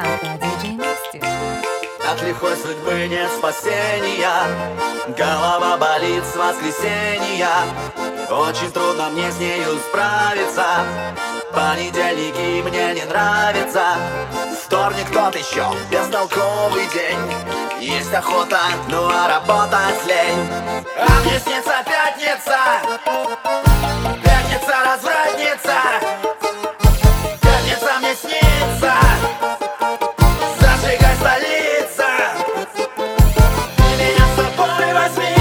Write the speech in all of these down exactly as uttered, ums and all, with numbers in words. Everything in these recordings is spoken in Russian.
Аркадий Мастер. От лихой судьбы нет спасения, голова болит с воскресенья. Очень трудно мне с нею справиться, понедельники мне не нравятся. Вторник тот еще бестолковый день, есть охота, ну а работать лень. А мне снится пятница, пятница развратница, пятница мне снится, зажигай столица, ты меня с собой возьми.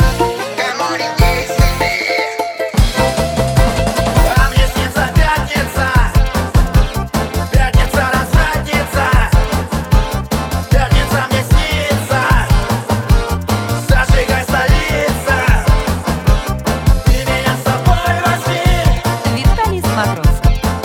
А мне снится пятница, пятница развратница, пятница мне снится, зажигай столица, ты меня с собой возьми. Виталий Смагров.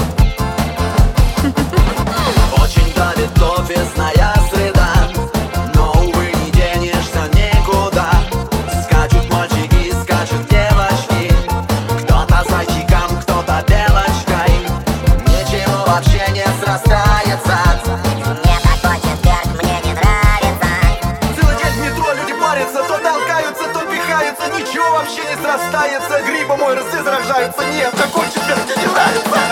Очень давит офисная среда, но, увы, не денешься никуда. Скачут мальчики, скачут девочки, кто-то зайчиком, кто-то белочкой. Ничего вообще не срастается. Мне такой четверг, мне не нравится. Целый день в метро люди парятся, то толкаются, то пихаются. Ничего вообще не срастается. Грибы мой раз заражаются. Нет, такой четверг мне не нравится.